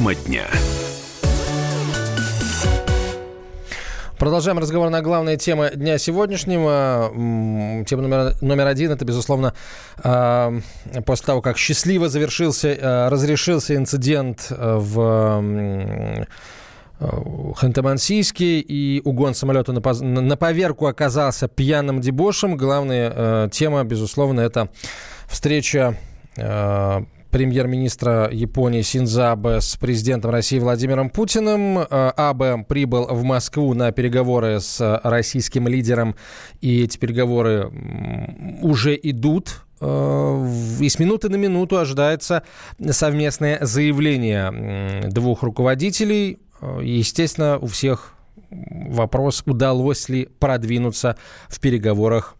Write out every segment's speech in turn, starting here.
Тема дня. Продолжаем разговор на главные темы дня сегодняшнего. Тема номер один – это, безусловно, после того, как счастливо разрешился инцидент в Ханты-Мансийске и угон самолета на поверку оказался пьяным дебошем. Главная тема, безусловно, это встреча премьер-министра Японии Синдзо Абэ с президентом России Владимиром Путиным. Абэ прибыл в Москву на переговоры с российским лидером, и эти переговоры уже идут. И с минуты на минуту ожидается совместное заявление двух руководителей. Естественно, у всех вопрос, удалось ли продвинуться в переговорах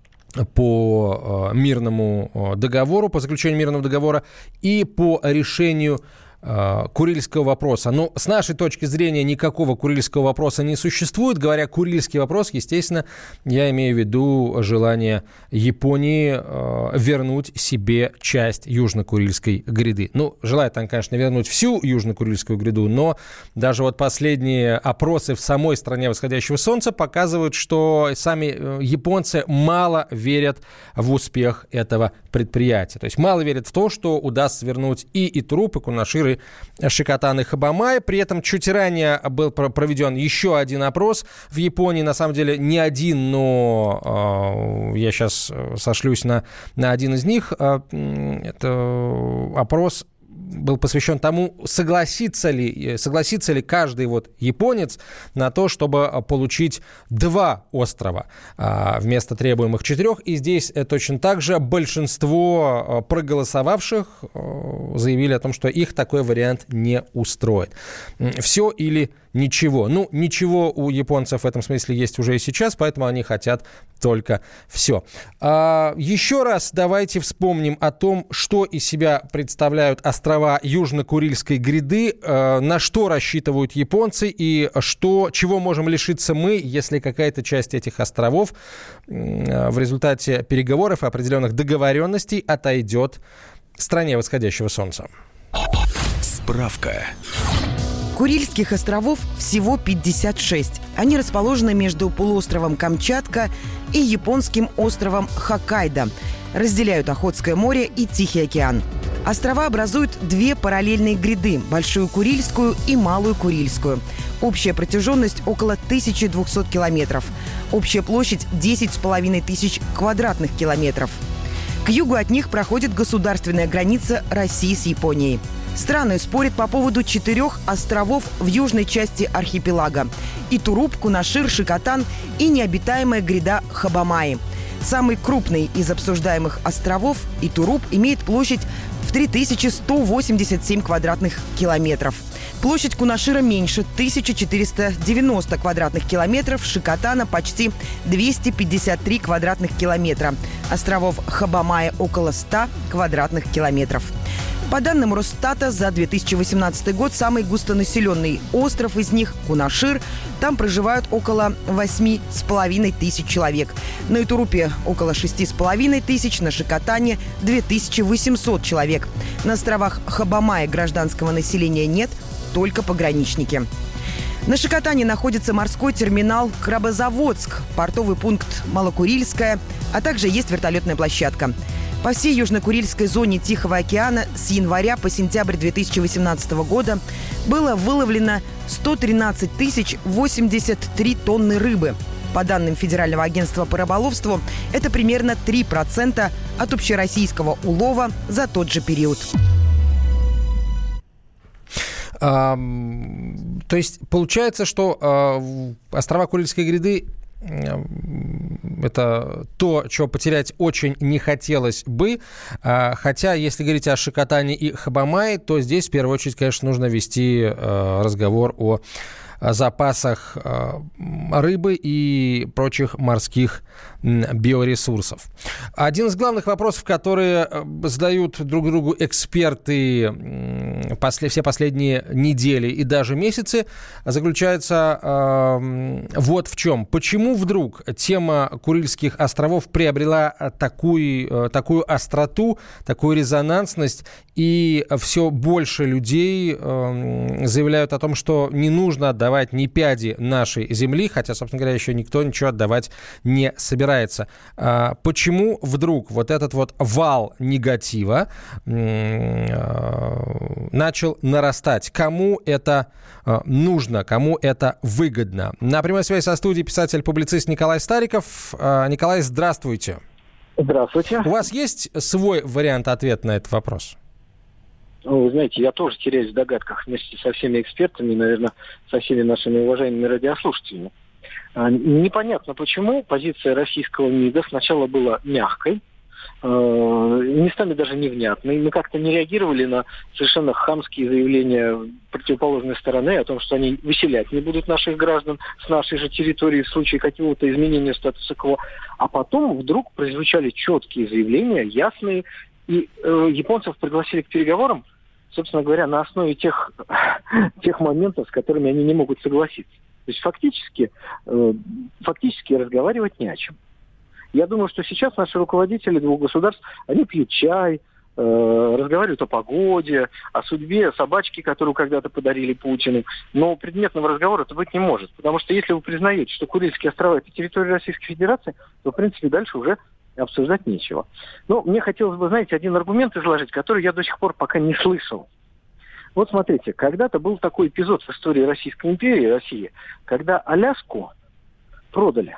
по мирному договору, по заключению мирного договора и по решению Курильского вопроса. Но с нашей точки зрения никакого Курильского вопроса не существует. Говоря Курильский вопрос, естественно, я имею в виду желание Японии вернуть себе часть Южно-Курильской гряды. Ну, желает он, конечно, вернуть всю Южно-Курильскую гряду, но даже вот последние опросы в самой стране восходящего солнца показывают, что сами японцы мало верят в успех этого предприятия. То есть мало верят в то, что удастся вернуть и Итуруп, и Кунашир, Шикотан и Хабамай. При этом чуть ранее был проведен еще один опрос в Японии. На самом деле не один, но я сейчас сошлюсь на один из них. Это опрос был посвящен тому, согласится ли каждый японец на то, чтобы получить 2 острова вместо требуемых 4. И здесь точно так же большинство проголосовавших заявили о том, что их такой вариант не устроит. Все или ничего. Ну, ничего у японцев в этом смысле есть уже и сейчас, поэтому они хотят только все. Еще раз давайте вспомним о том, что из себя представляют острова Южно-Курильской гряды, на что рассчитывают японцы и чего можем лишиться мы, если какая-то часть этих островов в результате переговоров и определенных договоренностей отойдет стране восходящего солнца. Справка. Курильских островов всего 56. Они расположены между полуостровом Камчатка и японским островом Хоккайдо. Разделяют Охотское море и Тихий океан. Острова образуют 2 параллельные гряды – Большую Курильскую и Малую Курильскую. Общая протяженность около 1200 километров. Общая площадь – 10,5 тысяч квадратных километров. К югу от них проходит государственная граница России с Японией. Страны спорят по поводу 4 островов в южной части архипелага – Итуруп, Кунашир, Шикотан и необитаемая гряда Хабамаи. Самый крупный из обсуждаемых островов, Итуруп, имеет площадь в 3187 квадратных километров. Площадь Кунашира меньше – 1490 квадратных километров, Шикотана – почти 253 квадратных километра. Островов Хабамая – около 100 квадратных километров. По данным Росстата, за 2018 год самый густонаселенный остров из них – Кунашир. Там проживают около 8,5 тысяч человек. На Итурупе – около 6,5 тысяч, на Шикотане – 2800 человек. На островах Хабамая гражданского населения нет, только пограничники. На Шикотане находится морской терминал Крабозаводск, портовый пункт Малокурильская, а также есть вертолетная площадка. По всей Южно-Курильской зоне Тихого океана с января по сентябрь 2018 года было выловлено 113 083 тонны рыбы. По данным Федерального агентства по рыболовству, это примерно 3% от общероссийского улова за тот же период. То есть получается, что острова Курильской гряды это то, чего потерять очень не хотелось бы. Хотя, если говорить о Шикотане и Хабамае, то здесь, в первую очередь, конечно, нужно вести разговор о запасах рыбы и прочих морских биоресурсов. Один из главных вопросов, которые задают друг другу эксперты все последние недели и даже месяцы, заключается вот в чем. Почему вдруг тема Курильских островов приобрела такую остроту, такую резонансность, и все больше людей заявляют о том, что не нужно отдавать ни пяди нашей земли, хотя, собственно говоря, еще никто ничего отдавать не собирается. Почему вдруг вот этот вот вал негатива начал нарастать? Кому это нужно, кому это выгодно? На прямой связи со студией писатель-публицист Николай Стариков. Николай, здравствуйте. Здравствуйте. У вас есть свой вариант ответа на этот вопрос? Ну, вы знаете, я тоже теряюсь в догадках вместе со всеми экспертами, наверное, со всеми нашими уважаемыми радиослушателями. Непонятно, почему позиция российского МИДа сначала была мягкой, местами даже невнятной. Мы как-то не реагировали на совершенно хамские заявления противоположной стороны о том, что они выселять не будут наших граждан с нашей же территории в случае какого-то изменения статуса кво. А потом вдруг прозвучали четкие заявления, ясные, и японцев пригласили к переговорам, собственно говоря, на основе тех моментов, с которыми они не могут согласиться. То есть фактически разговаривать не о чем. Я думаю, что сейчас наши руководители двух государств, они пьют чай, разговаривают о погоде, о судьбе собачки, которую когда-то подарили Путину. Но предметного разговора это быть не может. Потому что если вы признаете, что Курильские острова – это территория Российской Федерации, то, в принципе, дальше уже обсуждать нечего. Но мне хотелось бы, знаете, один аргумент изложить, который я до сих пор пока не слышал. Вот смотрите, когда-то был такой эпизод в истории Российской империи, России, когда Аляску продали.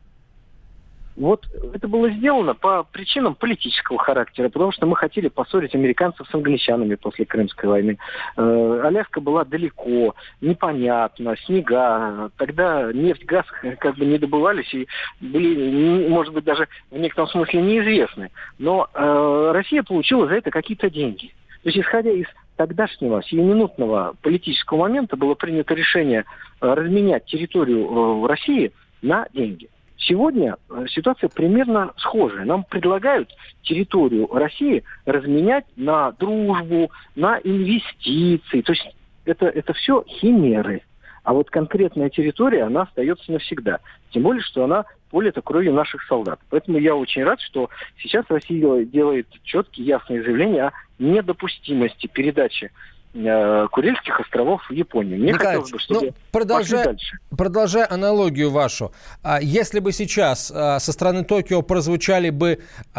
Вот это было сделано по причинам политического характера, потому что мы хотели поссорить американцев с англичанами после Крымской войны. Аляска была далеко, непонятно, снега. Тогда нефть, газ как бы не добывались и были, может быть, даже в некотором смысле неизвестны. Но Россия получила за это какие-то деньги. То есть, исходя из тогдашнего сиюминутного политического момента, было принято решение разменять территорию России на деньги. Сегодня ситуация примерно схожая. Нам предлагают территорию России разменять на дружбу, на инвестиции. То есть это все химеры. А вот конкретная территория, она остается навсегда. Тем более, что она полита кровью наших солдат. Поэтому я очень рад, что сейчас Россия делает четкие, ясные заявления о недопустимости передачи Курильских островов в Японию. Мне хотелось бы, чтобы продолжая аналогию вашу, если бы сейчас со стороны Токио прозвучала бы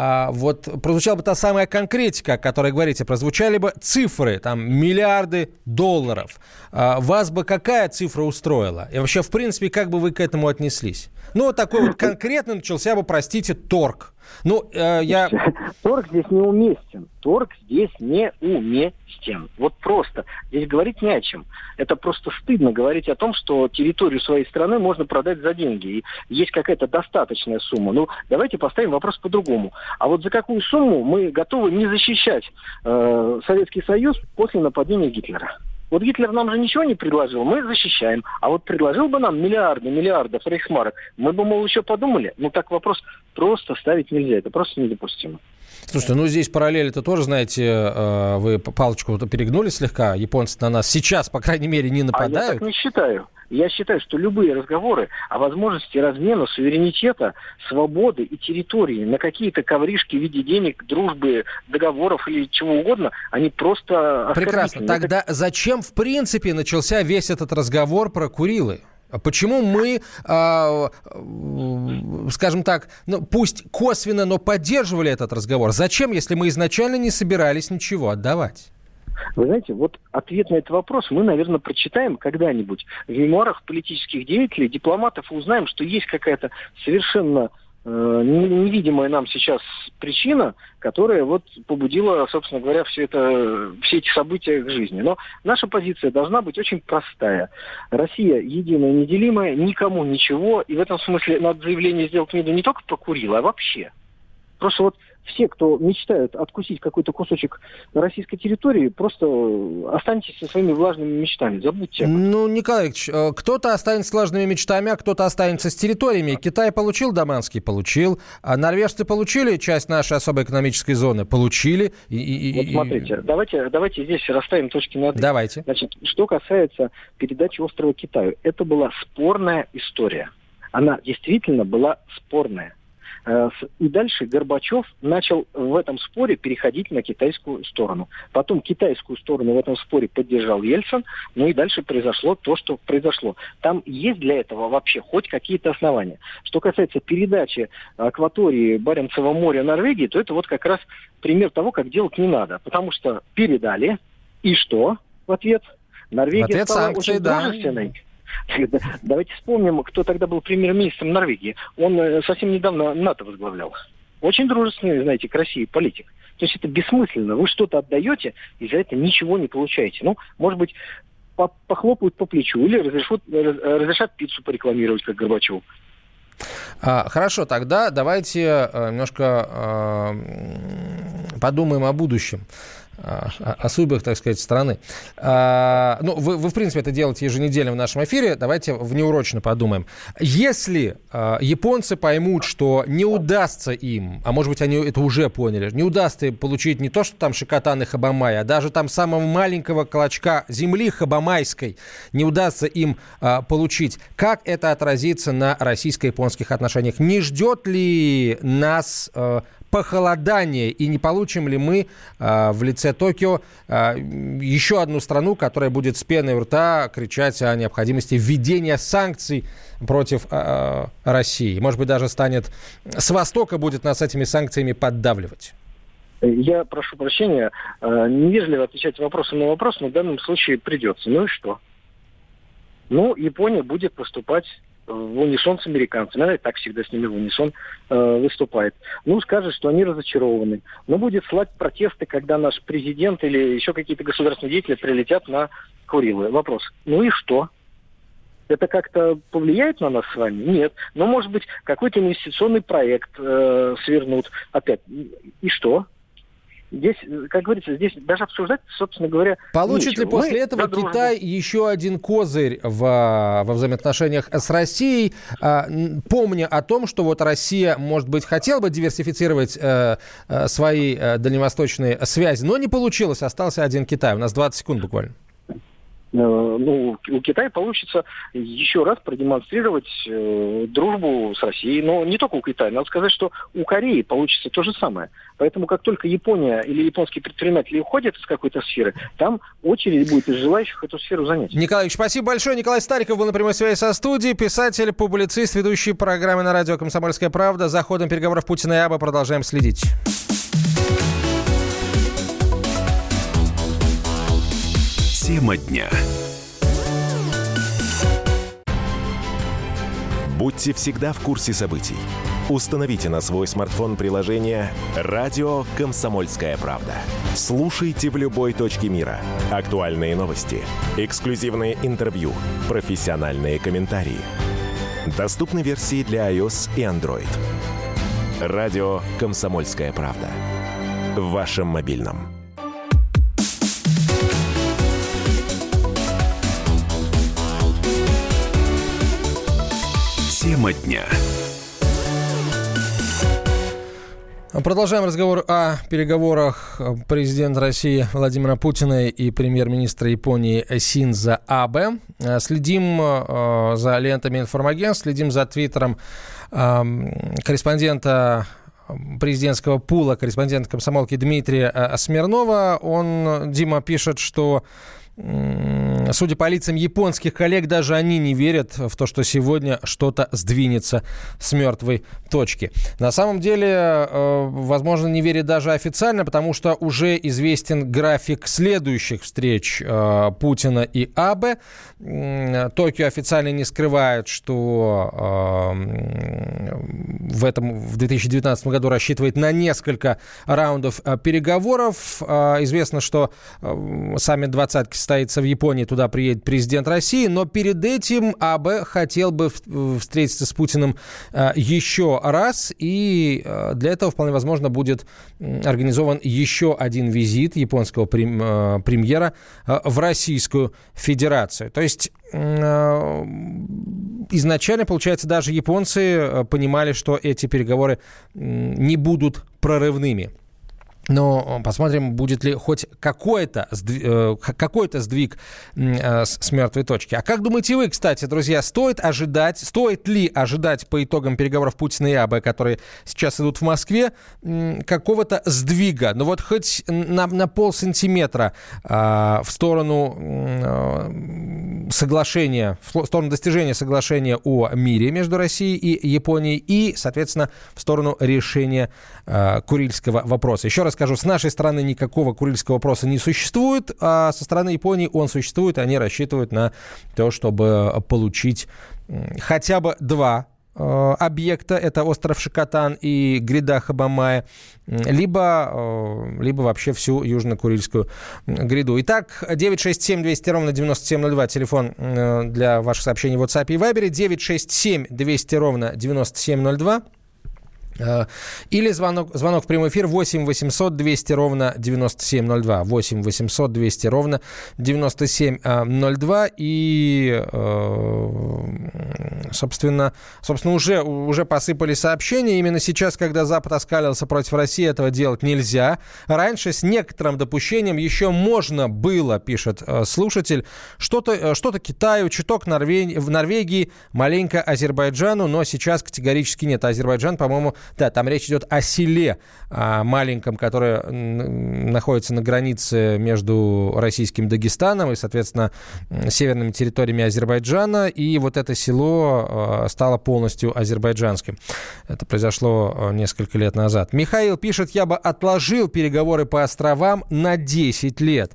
та самая конкретика, о которой говорите, прозвучали бы цифры, там, миллиарды долларов, вас бы какая цифра устроила? И вообще, в принципе, как бы вы к этому отнеслись? Ну, вот такой вот конкретно начался бы, простите, торг. Торг здесь неуместен. Вот просто. Здесь говорить не о чем. Это просто стыдно говорить о том, что территорию своей страны можно продать за деньги. И есть какая-то достаточная сумма. Ну, давайте поставим вопрос по-другому. А вот за какую сумму мы готовы не защищать Советский Союз после нападения Гитлера? Вот Гитлер нам же ничего не предложил, мы защищаем. А вот предложил бы нам миллиардов рейхсмарок, мы бы, мол, еще подумали. Ну, так вопрос просто ставить нельзя, это просто недопустимо. Слушайте, здесь параллель-то тоже, знаете, вы палочку перегнули слегка, японцы на нас сейчас, по крайней мере, не нападают. А я так не считаю. Я считаю, что любые разговоры о возможности размена суверенитета, свободы и территории на какие-то ковришки в виде денег, дружбы, договоров или чего угодно, они просто прекрасно. Тогда зачем, в принципе, начался весь этот разговор про Курилы? Почему мы, скажем так, пусть косвенно, но поддерживали этот разговор? Зачем, если мы изначально не собирались ничего отдавать? Вы знаете, вот ответ на этот вопрос мы, наверное, прочитаем когда-нибудь в мемуарах политических деятелей, дипломатов, и узнаем, что есть какая-то совершенно невидимая нам сейчас причина, которая вот побудила, собственно говоря, все эти события к жизни. Но наша позиция должна быть очень простая. Россия единая, неделимая, никому ничего, и в этом смысле надо заявление сделать не только про Курилы, а вообще. Просто вот все, кто мечтают откусить какой-то кусочек российской территории, просто останьтесь со своими влажными мечтами, забудьте. Ну, Николай Викторович, кто-то останется с влажными мечтами, а кто-то останется с территориями. Китай получил Даманский? Получил. А норвежцы получили часть нашей особой экономической зоны? Получили. Вот смотрите, давайте здесь расставим точки над «и». Давайте. Значит, что касается передачи острова Китаю, это была спорная история. Она действительно была спорная. И дальше Горбачев начал в этом споре переходить на китайскую сторону. Потом китайскую сторону в этом споре поддержал Ельцин, ну и дальше произошло то, что произошло. Там есть для этого вообще хоть какие-то основания. Что касается передачи акватории Баренцева моря Норвегии, то это вот как раз пример того, как делать не надо. Потому что передали, и что в ответ? Норвегия стала санкции, очень дружественной. Давайте вспомним, кто тогда был премьер-министром Норвегии. Он совсем недавно НАТО возглавлял. Очень дружественный, знаете, к России политик. То есть это бессмысленно. Вы что-то отдаете, и за это ничего не получаете. Ну, может быть, похлопают по плечу или разрешат пиццу порекламировать, как Горбачеву. Хорошо, тогда давайте немножко подумаем о будущем. О судьбах, так сказать, страны. Ну, вы, в принципе, это делаете еженедельно в нашем эфире. Давайте внеурочно подумаем. Если японцы поймут, что не удастся им, а может быть, они это уже поняли, не удастся им получить не то, что там Шикотан Хабамай, а даже там самого маленького клочка земли хабамайской не удастся им получить, как это отразится на российско-японских отношениях? Не ждет ли нас похолодание, и не получим ли мы в лице Токио еще одну страну, которая будет с пеной у рта кричать о необходимости введения санкций против России? Может быть, даже станет с Востока будет нас этими санкциями поддавливать? Я прошу прощения, невежливо отвечать вопросом на вопрос, но в данном случае придется. Ну и что? Ну, Япония будет поступать в унисон с американцами. Она и так всегда с ними в унисон выступает. Ну, скажет, что они разочарованы. Но будет слать протесты, когда наш президент или еще какие-то государственные деятели прилетят на Курилы. Вопрос. Ну и что? Это как-то повлияет на нас с вами? Нет. Но, может быть, какой-то инвестиционный проект свернут опять. И что? Здесь, как говорится, здесь даже обсуждать, собственно говоря, получит нечего. ли после этого Китай еще один козырь во взаимоотношениях с Россией, помня о том, что вот Россия, может быть, хотела бы диверсифицировать свои дальневосточные связи, но не получилось, остался один Китай. У нас 20 секунд буквально. Ну, у Китая получится еще раз продемонстрировать дружбу с Россией. Но не только у Китая. Надо сказать, что у Кореи получится то же самое. Поэтому как только Япония или японские предприниматели уходят из какой-то сферы, там очередь будет из желающих эту сферу занять. Николай, спасибо большое. Николай Стариков был на прямой связи со студией. Писатель, публицист, ведущий программы на радио «Комсомольская правда». За ходом переговоров Путина и Абе продолжаем следить. Тема дня. Будьте всегда в курсе событий. Установите на свой смартфон приложение «Радио Комсомольская правда». Слушайте в любой точке мира. Актуальные новости, эксклюзивные интервью, профессиональные комментарии. Доступны версии для iOS и Android. «Радио Комсомольская правда». В вашем мобильном. Тема дня. Продолжаем разговор о переговорах президента России Владимира Путина и премьер-министра Японии Синдзо Абе. Следим за лентами информагентств, следим за твиттером корреспондента президентского пула, корреспондента комсомолки Дмитрия Смирнова. Он, Дима, пишет, что судя по лицам японских коллег, даже они не верят в то, что сегодня что-то сдвинется с мертвой точки. На самом деле, возможно, не верят даже официально, потому что уже известен график следующих встреч Путина и Абе. Токио официально не скрывает, что в 2019 году рассчитывает на несколько раундов переговоров. Известно, что саммит двадцатки состоится в Японии, туда приедет президент России, но перед этим АБ хотел бы встретиться с Путиным еще раз, и для этого вполне возможно будет организован еще один визит японского премьера в Российскую Федерацию. То есть изначально, получается, даже японцы понимали, что эти переговоры не будут прорывными. Но посмотрим, будет ли хоть какой-то сдвиг с мертвой точки. А как думаете вы, кстати, друзья, стоит ли ожидать по итогам переговоров Путина и АБ, которые сейчас идут в Москве, какого-то сдвига? Ну вот хоть на полсантиметра в сторону соглашения, в сторону достижения соглашения о мире между Россией и Японией и, соответственно, в сторону решения Курильского вопроса. Еще раз скажу, с нашей стороны никакого Курильского вопроса не существует, а со стороны Японии он существует, и они рассчитывают на то, чтобы получить хотя бы два объекта, это остров Шикотан и гряда Хабамая, либо вообще всю Южно-Курильскую гряду. Итак, 967-200-97-02, телефон для ваших сообщений в WhatsApp и Viber, 967-200-97-02. Или звонок в прямой эфир 8 800 200 ровно 9702. 8 800 200 ровно 9702. И, собственно, уже посыпали сообщения. Именно сейчас, когда Запад оскалился против России, этого делать нельзя. Раньше с некоторым допущением еще можно было, пишет слушатель, что-то Китаю, чуток в Норвегии, маленько Азербайджану, но сейчас категорически нет. Азербайджан, по-моему, да, там речь идет о селе маленьком, которое находится на границе между российским Дагестаном и, соответственно, северными территориями Азербайджана. И вот это село стало полностью азербайджанским. Это произошло несколько лет назад. Михаил пишет: я бы отложил переговоры по островам на 10 лет.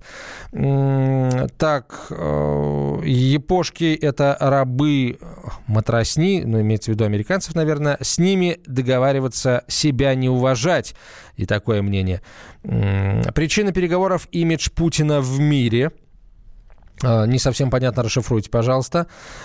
Так, япошки — это рабы матросни, ну, имеется в виду американцев, наверное, с ними договариваться, себя не уважать. И такое мнение. Причина переговоров — имидж Путина в мире. Не совсем понятно, расшифруйте, пожалуйста.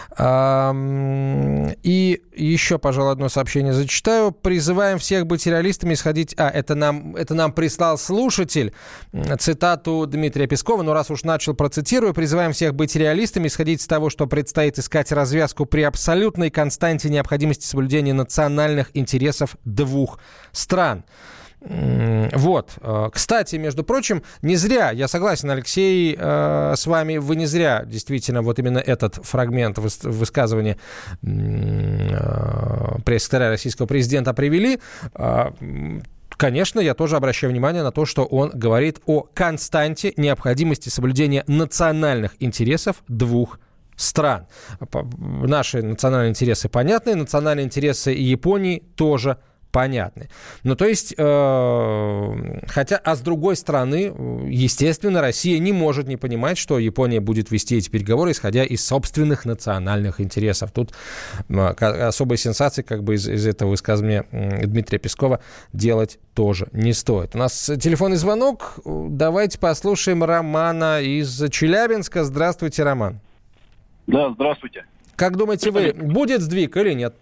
И еще, пожалуй, одно сообщение зачитаю. Призываем всех быть реалистами и сходить... Это нам прислал слушатель цитату Дмитрия Пескова, но раз уж начал, процитирую. Призываем всех быть реалистами и сходить с того, что предстоит искать развязку при абсолютной константе необходимости соблюдения национальных интересов двух стран. Вот. Кстати, между прочим, не зря, я согласен, Алексей, с вами, вы не зря действительно вот именно этот фрагмент высказывания пресс-секретаря российского президента привели. Конечно, я тоже обращаю внимание на то, что он говорит о константе необходимости соблюдения национальных интересов двух стран. Наши национальные интересы понятны, национальные интересы Японии тоже понятны. Ну, то есть, хотя, а с другой стороны, естественно, Россия не может не понимать, что Япония будет вести эти переговоры, исходя из собственных национальных интересов. Тут особой сенсации как бы из этого высказывания Дмитрия Пескова делать тоже не стоит. У нас телефонный звонок. Давайте послушаем Романа из Челябинска. Здравствуйте, Роман. Да, здравствуйте. Как думаете вы, будет сдвиг или нет?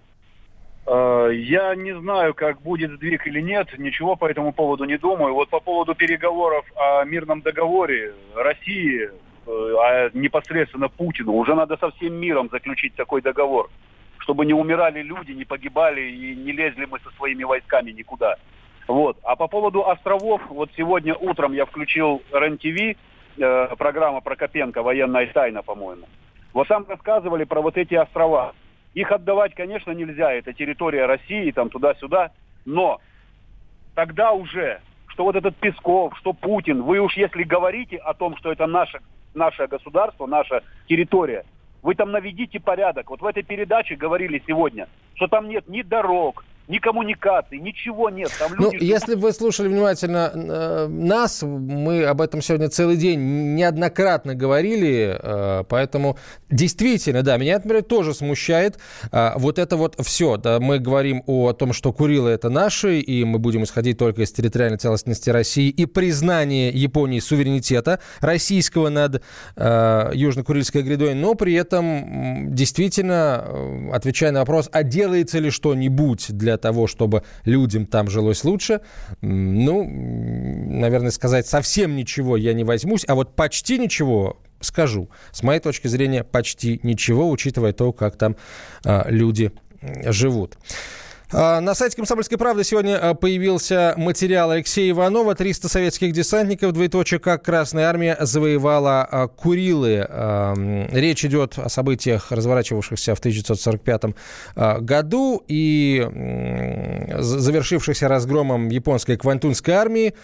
Я не знаю, как будет сдвиг или нет, ничего по этому поводу не думаю. Вот по поводу переговоров о мирном договоре России, а непосредственно Путину, уже надо со всем миром заключить такой договор, чтобы не умирали люди, не погибали и не лезли мы со своими войсками никуда. Вот. А по поводу островов, вот сегодня утром я включил РЕН-ТВ, программа Прокопенко «Военная тайна», по-моему. Вот там рассказывали про вот эти острова. Их отдавать, конечно, нельзя, это территория России, там туда-сюда, но тогда уже, что вот этот Песков, что Путин, вы уж если говорите о том, что это наше государство, наша территория, вы там наведите порядок. Вот в этой передаче говорили сегодня, что там нет ни дорог, ни коммуникаций, ничего нет. Там люди если вы слушали внимательно нас, мы об этом сегодня целый день неоднократно говорили, поэтому действительно, да, меня, например, тоже смущает вот это вот все. Да, мы говорим о том, что Курилы — это наши, и мы будем исходить только из территориальной целостности России и признания Японии суверенитета российского над Южно-Курильской грядой, но при этом действительно, отвечая на вопрос, а делается ли что-нибудь для того, чтобы людям там жилось лучше, наверное, сказать совсем ничего я не возьмусь, а вот почти ничего скажу. С моей точки зрения, почти ничего, учитывая то, как там люди живут. На сайте «Комсомольской правды» сегодня появился материал Алексея Иванова «300 советских десантников, как Красная армия завоевала Курилы». Речь идет о событиях, разворачивавшихся в 1945 году и завершившихся разгромом японской Квантунской армии,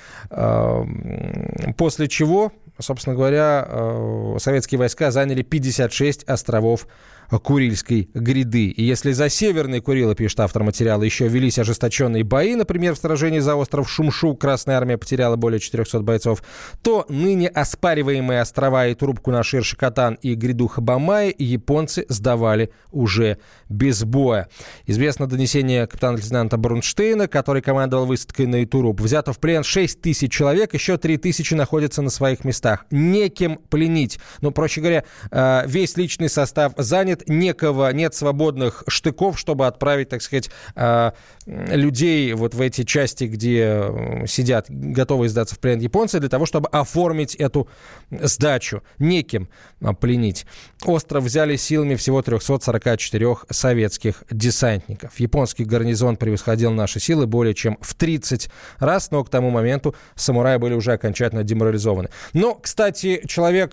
после чего, собственно говоря, советские войска заняли 56 островов Курильской гряды. И если за Северные Курилы, пишет автор материала, еще велись ожесточенные бои, например, в сражении за остров Шумшу Красная армия потеряла более 400 бойцов, то ныне оспариваемые острова Итуруп, Кунашир, Шикотан и гряду Хабамаи японцы сдавали уже без боя. Известно донесение капитана-лейтенанта Брунштейна, который командовал высадкой на Итуруп. Взято в плен 6 тысяч человек, еще 3 тысячи находятся на своих местах. Некем пленить. Проще говоря, весь личный состав занят, нет свободных штыков, чтобы отправить, так сказать, людей вот в эти части, где сидят, готовые сдаться в плен японцы, для того, чтобы оформить эту сдачу. Неким пленить. Остров взяли силами всего 344 советских десантников. Японский гарнизон превосходил наши силы более чем в 30 раз, но к тому моменту самураи были уже окончательно деморализованы. Но, кстати, человек,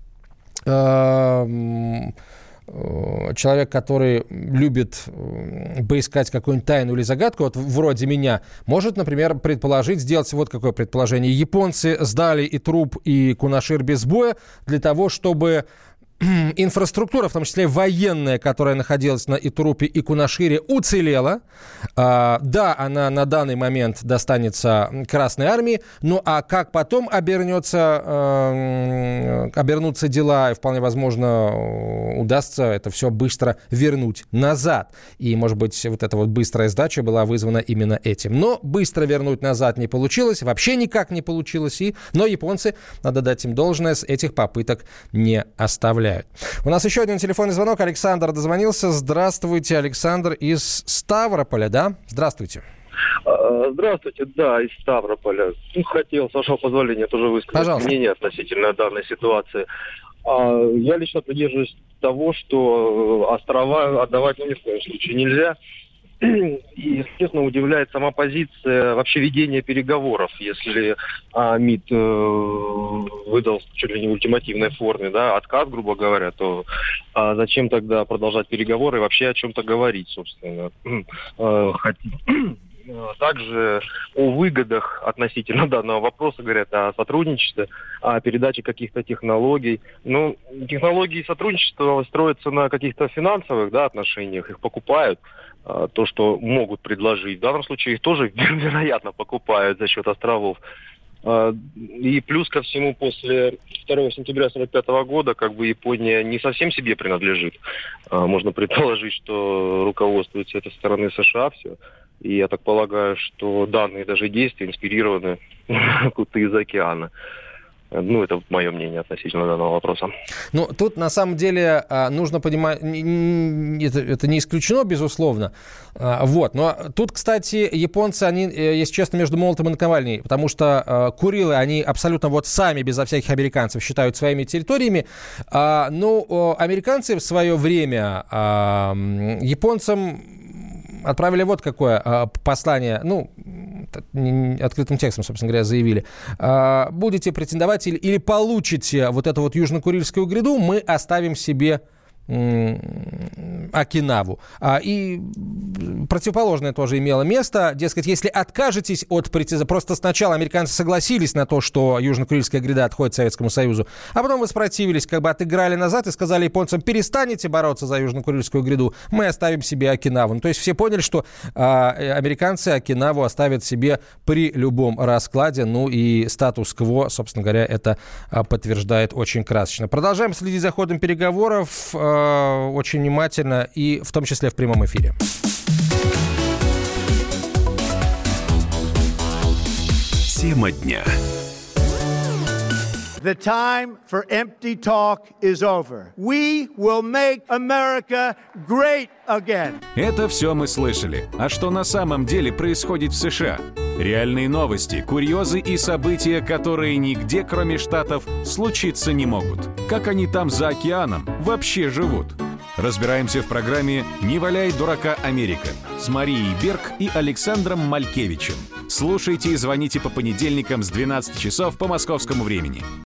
который любит поискать какую-нибудь тайну или загадку, вот вроде меня, может, например, сделать вот какое предположение. Японцы сдали Итуруп и Кунашир без боя для того, чтобы инфраструктура, в том числе военная, которая находилась на Итурупе и Кунашире, уцелела. Да, она на данный момент достанется Красной армии, ну а как потом обернутся дела, и вполне возможно удастся это все быстро вернуть назад. И, может быть, вот эта вот быстрая сдача была вызвана именно этим. Но быстро вернуть назад не получилось, вообще никак не получилось. Но японцы, надо дать им должное, с этих попыток не оставляют. У нас еще один телефонный звонок. Александр дозвонился. Здравствуйте, Александр из Ставрополя, да? Здравствуйте. Здравствуйте, да, из Ставрополя. Хотел, с вашего позволения, тоже высказать мнение относительно данной ситуации. Я лично придерживаюсь того, что острова отдавать ни в коем случае нельзя. И, естественно, удивляет сама позиция вообще ведения переговоров. Если МИД выдал чуть ли не в ультимативной форме, да, отказ, грубо говоря, то зачем тогда продолжать переговоры и вообще о чем-то говорить, собственно? Также о выгодах относительно данного вопроса говорят, о сотрудничестве, о передаче каких-то технологий. Ну, технологии сотрудничества строятся на каких-то финансовых, да, отношениях, их покупают. То, что могут предложить. В данном случае их тоже, вероятно, покупают за счет островов. И плюс ко всему, после 2 сентября 1945 года, как бы Япония не совсем себе принадлежит. Можно предположить, что руководствуется этой стороны США все. И я так полагаю, что данные даже действия инспирированы откуда-то из океана. Ну, это мое мнение относительно данного вопроса. Ну, тут, на самом деле, нужно понимать, это не исключено, безусловно. Вот. Но тут, кстати, японцы, они, если честно, между молотом и наковальней, потому что Курилы, они абсолютно вот сами, безо всяких американцев, считают своими территориями. Но американцы в свое время японцам отправили вот какое послание, ну, открытым текстом, собственно говоря, заявили. Будете претендовать или получите вот эту вот Южно-Курильскую гряду, мы оставим себе Окинаву. И противоположное тоже имело место. Дескать, если откажетесь от притязаний... Просто сначала американцы согласились на то, что Южно-Курильская гряда отходит Советскому Союзу, а потом воспротивились, как бы отыграли назад и сказали японцам: перестанете бороться за Южно-Курильскую гряду, мы оставим себе Окинаву. То есть все поняли, что американцы Окинаву оставят себе при любом раскладе. И статус-кво, собственно говоря, это подтверждает очень красочно. Продолжаем следить за ходом переговоров очень внимательно и в том числе в прямом эфире. Тема дня. The time for empty talk is over. We will make America great again. Это все мы слышали. А что на самом деле происходит в США? Реальные новости, курьезы и события, которые нигде, кроме Штатов, случиться не могут. Как они там за океаном вообще живут? Разбираемся в программе «Не валяй дурака, Америка» с Марией Берг и Александром Малькевичем. Слушайте и звоните по понедельникам с 12 часов по московскому времени.